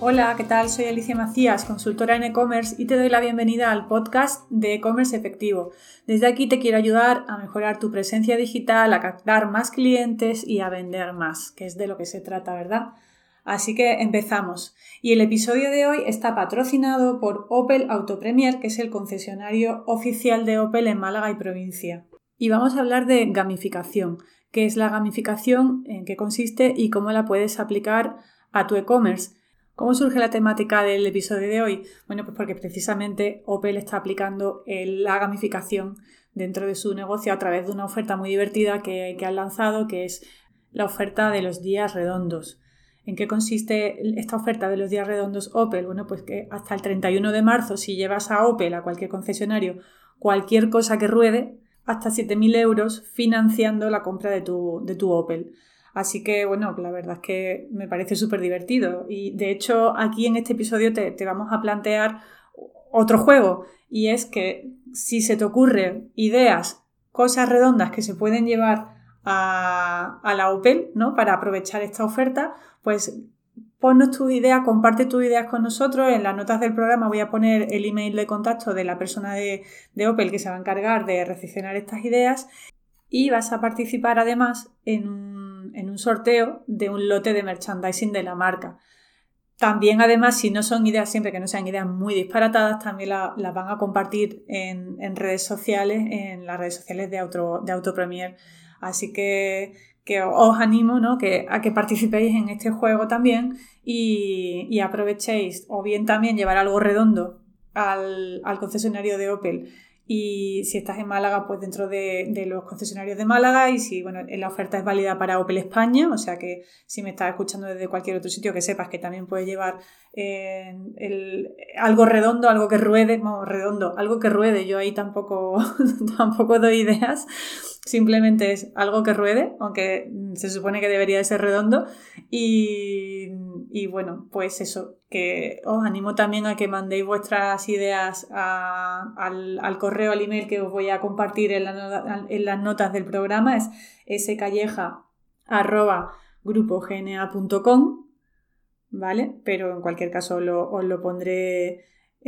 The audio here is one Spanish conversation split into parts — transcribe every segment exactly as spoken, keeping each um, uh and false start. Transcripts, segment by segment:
Hola, ¿qué tal? Soy Alicia Macías, consultora en e-commerce y te doy la bienvenida al podcast de e-commerce efectivo. Desde aquí te quiero ayudar a mejorar tu presencia digital, a captar más clientes y a vender más, que es de lo que se trata, ¿verdad? Así que empezamos. Y el episodio de hoy está patrocinado por Opel Auto Premier, que es el concesionario oficial de Opel en Málaga y provincia. Y vamos a hablar de gamificación. ¿Qué es la gamificación? ¿En qué consiste? Y cómo la puedes aplicar a tu e-commerce. ¿Cómo surge la temática del episodio de hoy? Bueno, pues porque precisamente Opel está aplicando la gamificación dentro de su negocio a través de una oferta muy divertida que, que han lanzado, que es la oferta de los días redondos. ¿En qué consiste esta oferta de los días redondos Opel? Bueno, pues que hasta el treinta y uno de marzo, si llevas a Opel, a cualquier concesionario, cualquier cosa que ruede, hasta siete mil euros financiando la compra de tu, de tu Opel. Así que, bueno, la verdad es que me parece súper divertido. Y, de hecho, aquí en este episodio te, te vamos a plantear otro juego. Y es que si se te ocurren ideas, cosas redondas que se pueden llevar a, a la Opel, ¿no?, para aprovechar esta oferta, pues ponnos tus ideas, comparte tus ideas con nosotros. En las notas del programa voy a poner el email de contacto de la persona de, de Opel que se va a encargar de recepcionar estas ideas. Y vas a participar además en un, en un sorteo de un lote de merchandising de la marca. También, además, si no son ideas, siempre que no sean ideas muy disparatadas, también las la van a compartir en, en redes sociales, en las redes sociales de Auto, de Auto Premier. Así que, que os animo, ¿no?, que, a que participéis en este juego también y, y aprovechéis, o bien también llevar algo redondo al, al concesionario de Opel. Y si estás en Málaga, pues dentro de, de los concesionarios de Málaga, y si, bueno, la oferta es válida para Opel España, o sea que si me estás escuchando desde cualquier otro sitio, que sepas que también puedes llevar eh, el, algo redondo, algo que ruede, vamos, redondo, algo que ruede. Yo ahí tampoco, tampoco doy ideas, simplemente es algo que ruede, aunque se supone que debería de ser redondo. Y, y bueno, pues eso, que os animo también a que mandéis vuestras ideas a, al, al correo, al email que os voy a compartir en, la, en las notas del programa. Es scalleja arroba grupo g n a punto com, ¿vale? Pero en cualquier caso lo, os lo pondré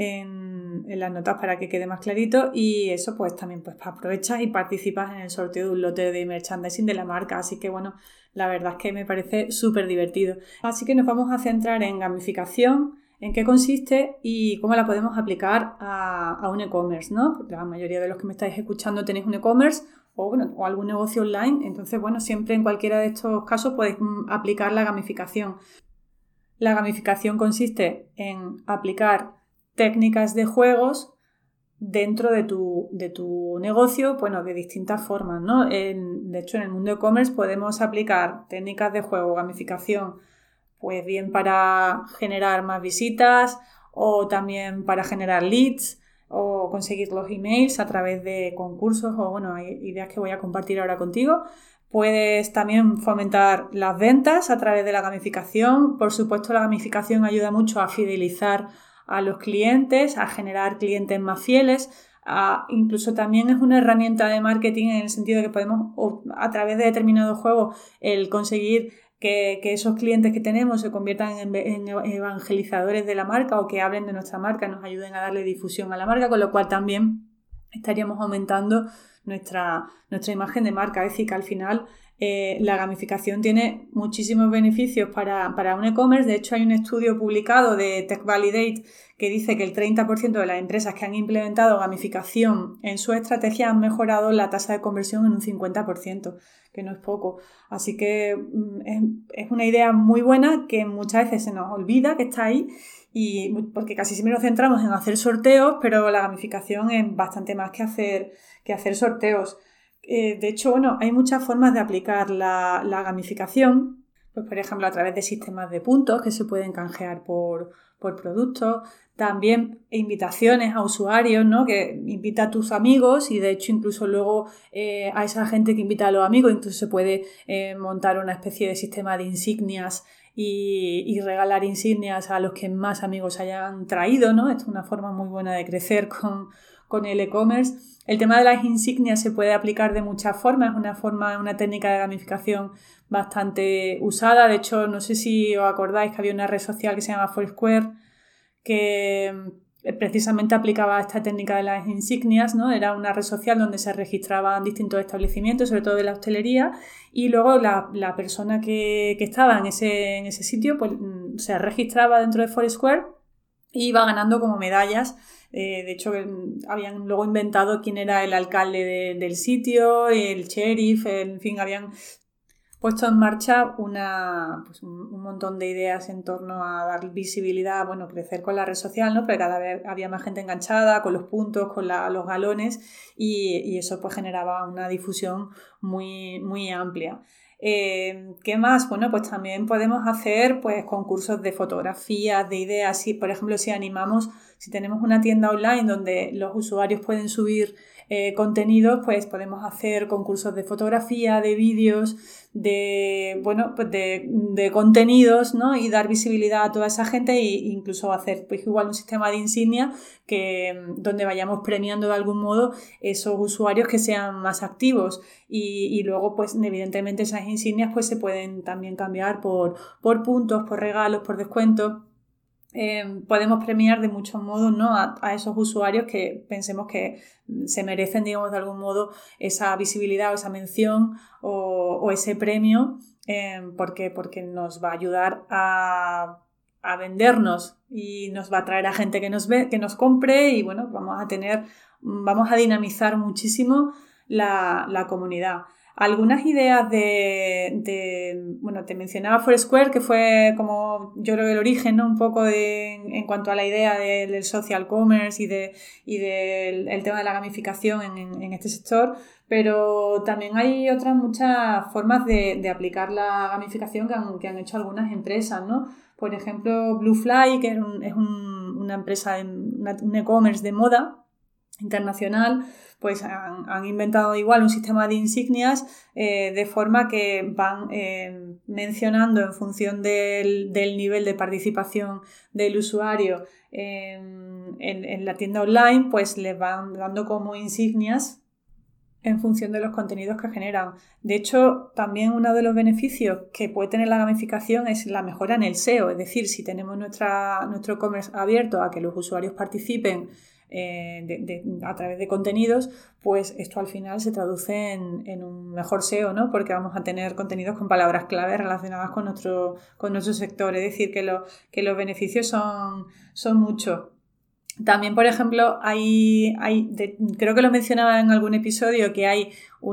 en, en las notas para que quede más clarito. Y eso, pues también pues aprovechas y participas en el sorteo de un lote de merchandising de la marca. Así que, bueno, la verdad es que me parece súper divertido. Así que nos vamos a centrar en gamificación, en qué consiste y cómo la podemos aplicar a, a un e-commerce, ¿no? Porque la mayoría de los que me estáis escuchando tenéis un e-commerce o, bueno, o algún negocio online. Entonces, bueno, siempre en cualquiera de estos casos podéis aplicar la gamificación. La gamificación consiste en aplicar técnicas de juegos dentro de tu, de tu negocio, bueno, de distintas formas, ¿no? En, de hecho, en el mundo de e-commerce podemos aplicar técnicas de juego, gamificación, pues bien para generar más visitas o también para generar leads o conseguir los emails a través de concursos o, bueno, hay ideas que voy a compartir ahora contigo. Puedes también fomentar las ventas a través de la gamificación. Por supuesto, la gamificación ayuda mucho a fidelizar a los clientes, a generar clientes más fieles. A, incluso también es una herramienta de marketing en el sentido de que podemos, a través de determinados juegos, el conseguir que, que esos clientes que tenemos se conviertan en, en evangelizadores de la marca o que hablen de nuestra marca, nos ayuden a darle difusión a la marca, con lo cual también estaríamos aumentando nuestra, nuestra imagen de marca. Es decir, que al final eh, la gamificación tiene muchísimos beneficios para, para un e-commerce. De hecho, hay un estudio publicado de TechValidate que dice que el treinta por ciento de las empresas que han implementado gamificación en su estrategia han mejorado la tasa de conversión en un cincuenta por ciento, que no es poco. Así que es, es una idea muy buena que muchas veces se nos olvida que está ahí, y porque casi siempre nos centramos en hacer sorteos, pero la gamificación es bastante más que hacer, que hacer sorteos. Eh, de hecho, bueno, hay muchas formas de aplicar la, la gamificación, pues por ejemplo a través de sistemas de puntos que se pueden canjear por, por productos, también invitaciones a usuarios, ¿no?, que invita a tus amigos, y de hecho incluso luego eh, a esa gente que invita a los amigos, incluso se puede eh, montar una especie de sistema de insignias y, y regalar insignias a los que más amigos hayan traído, ¿no? Esto es una forma muy buena de crecer con, con el e-commerce. El tema de las insignias se puede aplicar de muchas formas, es una forma, una técnica de gamificación bastante usada. De hecho, no sé si os acordáis que había una red social que se llama Foursquare que precisamente aplicaba esta técnica de las insignias, ¿no? Era una red social donde se registraban distintos establecimientos, sobre todo de la hostelería, y luego la, la persona que, que estaba en ese, en ese sitio pues se registraba dentro de Foursquare y iba ganando como medallas. Eh, de hecho, habían luego inventado quién era el alcalde de, del sitio, el sheriff, en fin, habían puesto en marcha una, pues un, un montón de ideas en torno a dar visibilidad, bueno, crecer con la red social, ¿no? Pero cada vez había más gente enganchada con los puntos, con la, los galones y, y eso pues generaba una difusión muy, muy amplia. Eh, ¿Qué más? Bueno, pues también podemos hacer pues concursos de fotografías, de ideas. Si, por ejemplo, si animamos, si tenemos una tienda online donde los usuarios pueden subir eh, contenidos, pues podemos hacer concursos de fotografía, de vídeos, de, bueno, pues de, de contenidos, ¿no? Y dar visibilidad a toda esa gente e incluso hacer pues igual un sistema de insignia que, donde vayamos premiando de algún modo esos usuarios que sean más activos y, y luego pues evidentemente esas insignias pues se pueden también cambiar por, por puntos, por regalos, por descuentos. Eh, podemos premiar de muchos modos, ¿no? a, a esos usuarios que pensemos que se merecen, digamos, de algún modo esa visibilidad o esa mención o, o ese premio eh, porque, porque nos va a ayudar a, a vendernos y nos va a traer a gente que nos ve, que nos compre y bueno, vamos a tener, vamos a dinamizar muchísimo la, la comunidad. Algunas ideas de, de, bueno, te mencionaba Foursquare, que fue como, yo creo, el origen, ¿no? Un poco de, en, en cuanto a la idea de, del social commerce y, de, y del el tema de la gamificación en, en, en este sector, pero también hay otras muchas formas de, de aplicar la gamificación que han, que han hecho algunas empresas, ¿no? Por ejemplo, Bluefly, que es, un, es un, una empresa, una, un e-commerce de moda internacional, pues han, han inventado igual un sistema de insignias eh, de forma que van eh, mencionando en función del, del nivel de participación del usuario eh, en, en la tienda online, pues les van dando como insignias en función de los contenidos que generan. De hecho, también uno de los beneficios que puede tener la gamificación es la mejora en el S E O, es decir, si tenemos nuestra, nuestro e-commerce abierto a que los usuarios participen Eh, de, de, a través de contenidos, pues esto al final se traduce en, en un mejor S E O, ¿no? Porque vamos a tener contenidos con palabras clave relacionadas con nuestro, con nuestro sector, es decir, que, lo, que los beneficios son, son muchos. También, por ejemplo, hay, hay de, creo que lo mencionaba en algún episodio, que hay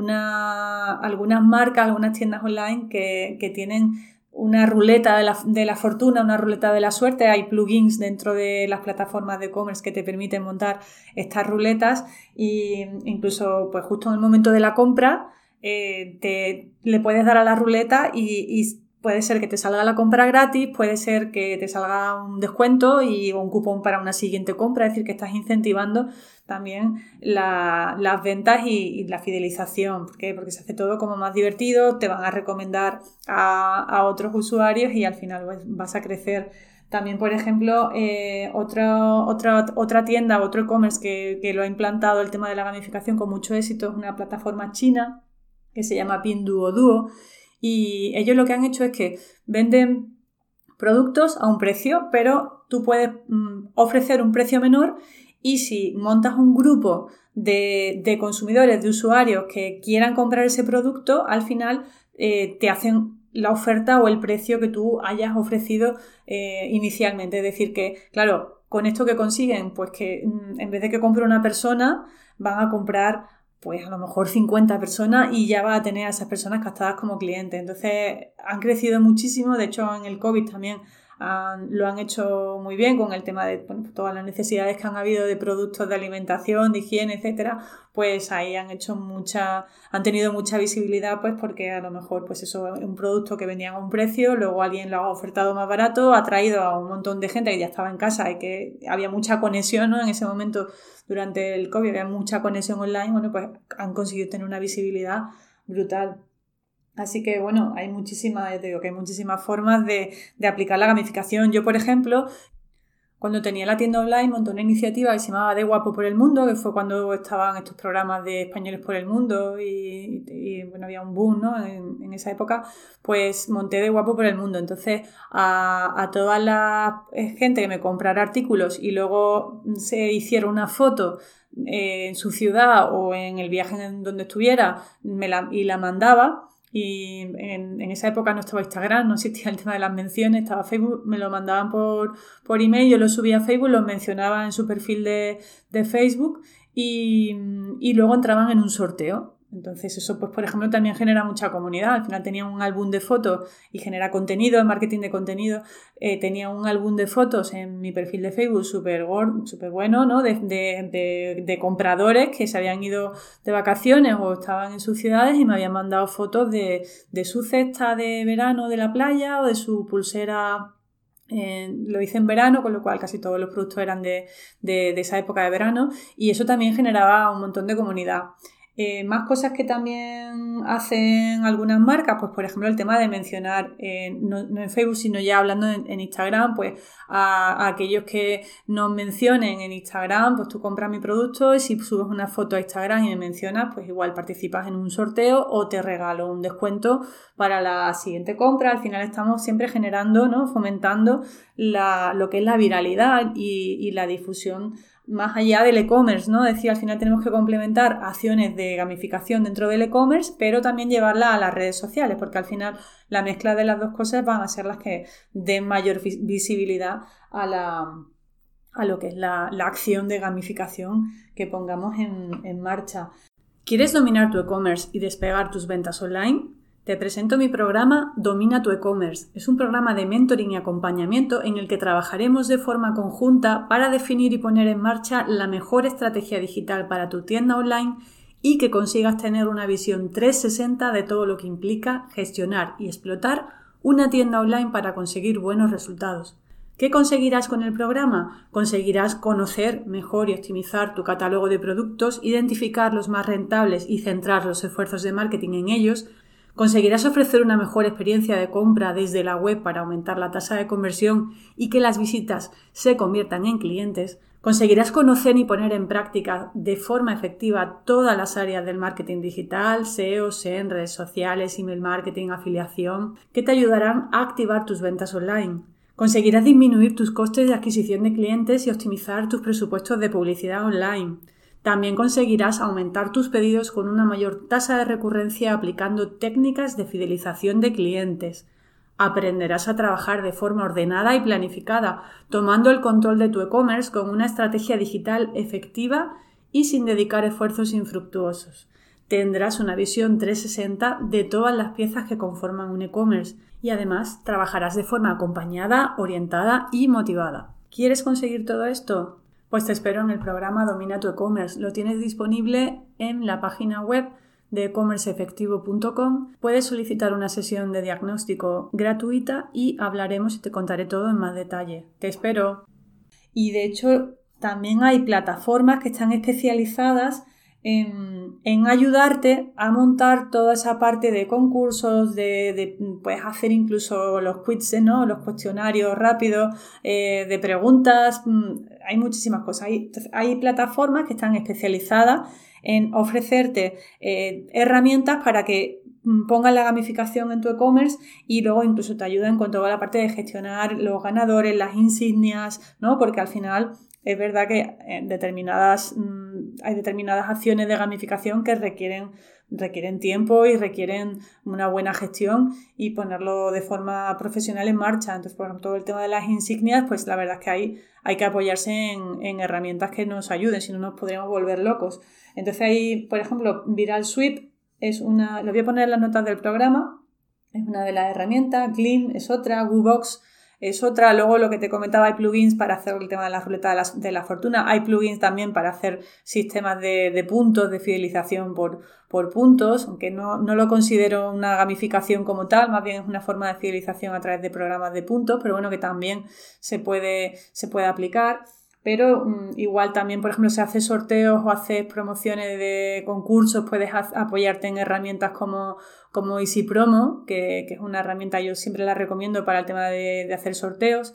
una, algunas marcas, algunas tiendas online que, que tienen una ruleta de la, de la fortuna, una ruleta de la suerte. Hay plugins dentro de las plataformas de e-commerce que te permiten montar estas ruletas e incluso pues justo en el momento de la compra eh, te, le puedes dar a la ruleta y, y puede ser que te salga la compra gratis, puede ser que te salga un descuento y un cupón para una siguiente compra, es decir, que estás incentivando también la, las ventas y, y la fidelización. ¿Por qué? Porque se hace todo como más divertido, te van a recomendar a, a otros usuarios y al final pues, vas a crecer. También, por ejemplo, eh, otra, otra, otra tienda, otro e-commerce que, que lo ha implantado el tema de la gamificación con mucho éxito es una plataforma china que se llama Pinduoduo. Y ellos lo que han hecho es que venden productos a un precio, pero tú puedes mm, ofrecer un precio menor y si montas un grupo de, de consumidores, de usuarios que quieran comprar ese producto, al final eh, te hacen la oferta o el precio que tú hayas ofrecido eh, inicialmente. Es decir que, claro, con esto que consiguen, pues que mm, en vez de que compre una persona, van a comprar pues a lo mejor cincuenta personas y ya va a tener a esas personas captadas como clientes. Entonces han crecido muchísimo, de hecho en el COVID también han, lo han hecho muy bien con el tema de bueno, todas las necesidades que han habido de productos de alimentación, de higiene, etcétera, pues ahí han hecho mucha, han tenido mucha visibilidad pues porque a lo mejor pues eso es un producto que vendían a un precio, luego alguien lo ha ofertado más barato, ha traído a un montón de gente que ya estaba en casa y que había mucha conexión, ¿no? En ese momento durante el COVID había mucha conexión online, bueno pues han conseguido tener una visibilidad brutal. Así que, bueno, hay muchísimas, te digo que hay muchísimas formas de, de aplicar la gamificación. Yo, por ejemplo, Cuando tenía la tienda online monté una iniciativa que se llamaba De Guapo por el Mundo, que fue cuando estaban estos programas de españoles por el mundo y, y, y bueno, había un boom, ¿no? en, en esa época, pues monté De Guapo por el Mundo. Entonces a, a toda la gente que me comprara artículos y luego se hiciera una foto eh, en su ciudad o en el viaje en donde estuviera me la, y la mandaba. Y en, en esa época no estaba Instagram, no existía el tema de las menciones, estaba Facebook, me lo mandaban por, por email, yo lo subía a Facebook, los mencionaba en su perfil de, de Facebook y, y luego entraban en un sorteo. Entonces eso, pues por ejemplo, también genera mucha comunidad. Al final tenía un álbum de fotos y genera contenido, el marketing de contenido. Eh, tenía un álbum de fotos en mi perfil de Facebook súper súper bueno, ¿no? De, de, de, de compradores que se habían ido de vacaciones o estaban en sus ciudades y me habían mandado fotos de, de su cesta de verano de la playa o de su pulsera. Eh, lo hice en verano, con lo cual casi todos los productos eran de, de, de esa época de verano y eso también generaba un montón de comunidad. Eh, más cosas que también hacen algunas marcas, pues por ejemplo el tema de mencionar, eh, no, no en Facebook sino ya hablando en, en Instagram, pues a, a aquellos que nos mencionen en Instagram, pues tú compras mi producto y si subes una foto a Instagram y me mencionas, pues igual participas en un sorteo o te regalo un descuento para la siguiente compra. Al final estamos siempre generando, ¿no? Fomentando la, lo que es la viralidad y, y la difusión más allá del e-commerce, ¿no? Decía, al final tenemos que complementar acciones de gamificación dentro del e-commerce, pero también llevarla a las redes sociales, porque al final la mezcla de las dos cosas van a ser las que den mayor visibilidad a la, a lo que es la, la acción de gamificación que pongamos en, en marcha. ¿Quieres dominar tu e-commerce y despegar tus ventas online? Te presento mi programa Domina tu e-commerce. Es un programa de mentoring y acompañamiento en el que trabajaremos de forma conjunta para definir y poner en marcha la mejor estrategia digital para tu tienda online y que consigas tener una visión trescientos sesenta de todo lo que implica gestionar y explotar una tienda online para conseguir buenos resultados. ¿Qué conseguirás con el programa? Conseguirás conocer mejor y optimizar tu catálogo de productos, identificar los más rentables y centrar los esfuerzos de marketing en ellos. Conseguirás ofrecer una mejor experiencia de compra desde la web para aumentar la tasa de conversión y que las visitas se conviertan en clientes. Conseguirás conocer y poner en práctica de forma efectiva todas las áreas del marketing digital, S E O, S E M, redes sociales, email marketing, afiliación, que te ayudarán a activar tus ventas online. Conseguirás disminuir tus costes de adquisición de clientes y optimizar tus presupuestos de publicidad online. También conseguirás aumentar tus pedidos con una mayor tasa de recurrencia aplicando técnicas de fidelización de clientes. Aprenderás a trabajar de forma ordenada y planificada, tomando el control de tu e-commerce con una estrategia digital efectiva y sin dedicar esfuerzos infructuosos. Tendrás una visión trescientos sesenta de todas las piezas que conforman un e-commerce y además trabajarás de forma acompañada, orientada y motivada. ¿Quieres conseguir todo esto? Pues te espero en el programa Domina tu e-commerce. Lo tienes disponible en la página web de e commerce efectivo punto com. Puedes solicitar una sesión de diagnóstico gratuita y hablaremos y te contaré todo en más detalle. Te espero. Y de hecho también hay plataformas que están especializadas en, en ayudarte a montar toda esa parte de concursos, de, de puedes hacer incluso los quizzes, ¿no? Los cuestionarios rápidos, eh, de preguntas. Hay muchísimas cosas. Hay, hay plataformas que están especializadas en ofrecerte eh, herramientas para que pongas la gamificación en tu e-commerce y luego incluso te ayuden con toda la parte de gestionar los ganadores, las insignias, ¿no? Porque al final es verdad que en determinadas, mmm, hay determinadas acciones de gamificación que requieren, requieren tiempo y requieren una buena gestión y ponerlo de forma profesional en marcha. Entonces, por ejemplo, todo el tema de las insignias, pues la verdad es que hay, hay que apoyarse en, en herramientas que nos ayuden, si no nos podríamos volver locos. Entonces ahí, por ejemplo, Viral Sweep es una, lo voy a poner en las notas del programa, es una de las herramientas, Gleam es otra, Woobox es otra. Luego lo que te comentaba, hay plugins para hacer el tema de la ruleta de la, de la fortuna, hay plugins también para hacer sistemas de, de puntos, de fidelización por, por puntos, aunque no, no lo considero una gamificación como tal, más bien es una forma de fidelización a través de programas de puntos, pero bueno, que también se puede, se puede aplicar. Pero um, igual también, por ejemplo, si haces sorteos o haces promociones de concursos, puedes ha- apoyarte en herramientas como, como Easy Promo, que, que es una herramienta, yo siempre la recomiendo para el tema de, de hacer sorteos.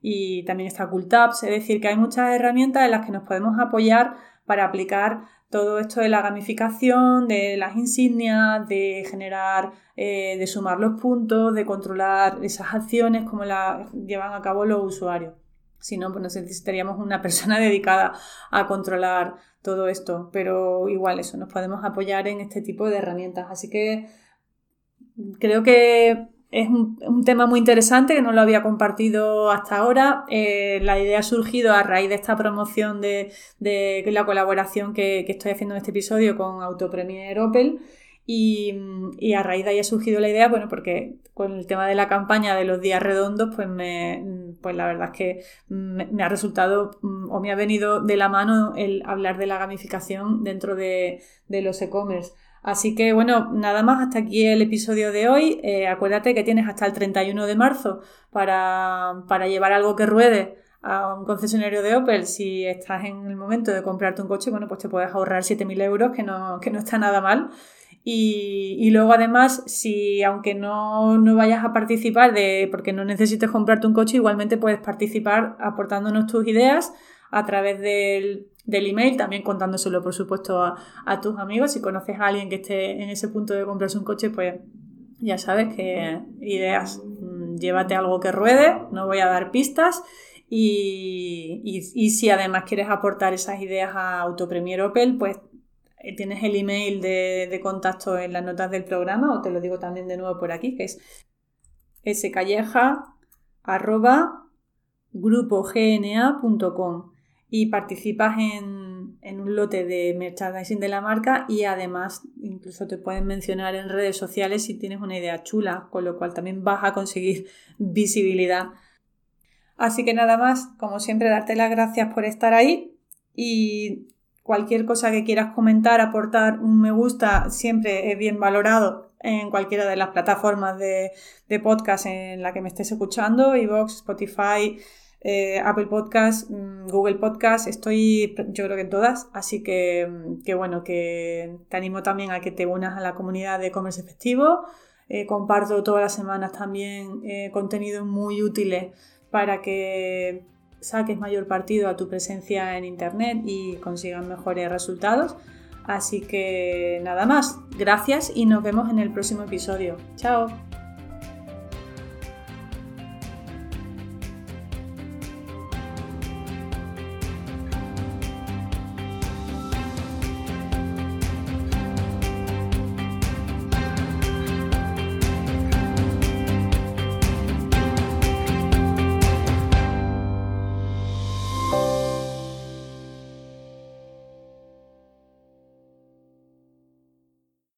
y también está CoolTabs, es decir, que hay muchas herramientas en las que nos podemos apoyar para aplicar todo esto de la gamificación, de las insignias, de generar, eh, de sumar los puntos, de controlar esas acciones, como las llevan a cabo los usuarios. Si no, pues necesitaríamos una persona dedicada a controlar todo esto, pero igual eso, nos podemos apoyar en este tipo de herramientas. Así que creo que es un, un tema muy interesante que no lo había compartido hasta ahora. Eh, la idea ha surgido a raíz de esta promoción de, de la colaboración que, que estoy haciendo en este episodio con Autopremier Opel. Y, y a raíz de ahí ha surgido la idea, bueno, porque con el tema de la campaña de los días redondos, pues, me, pues la verdad es que me, me ha resultado o me ha venido de la mano el hablar de la gamificación dentro de, de los e-commerce. Así que bueno, nada más, hasta aquí el episodio de hoy. Eh, acuérdate que tienes hasta el treinta y uno de marzo para, para llevar algo que ruede a un concesionario de Opel. Si estás en el momento de comprarte un coche, bueno, pues te puedes ahorrar siete mil euros, que no, que no está nada mal. Y, y luego además, si aunque no, no vayas a participar de, porque no necesites comprarte un coche, igualmente puedes participar aportándonos tus ideas a través del, del email, también contándoselo por supuesto a, a tus amigos. Si conoces a alguien que esté en ese punto de comprarse un coche, pues ya sabes que ideas, llévate algo que ruede, no voy a dar pistas. Y, y, y si además quieres aportar esas ideas a Autopremier Opel, pues tienes el email de, de contacto en las notas del programa, o te lo digo también de nuevo por aquí, que es scalleja arroba grupo g n a punto com, y participas en, en un lote de merchandising de la marca, y además incluso te pueden mencionar en redes sociales si tienes una idea chula, con lo cual también vas a conseguir visibilidad. Así que nada más, como siempre, darte las gracias por estar ahí, y cualquier cosa que quieras comentar, aportar, un me gusta siempre es bien valorado en cualquiera de las plataformas de, de podcast en la que me estés escuchando, iVoox, Spotify, eh, Apple Podcast, Google Podcast, estoy yo creo que en todas, así que, que bueno, que te animo también a que te unas a la comunidad de e-commerce efectivo. Eh, comparto todas las semanas también eh, contenidos muy útiles para que saques mayor partido a tu presencia en internet y consigas mejores resultados. Así que nada más, gracias y nos vemos en el próximo episodio. ¡Chao!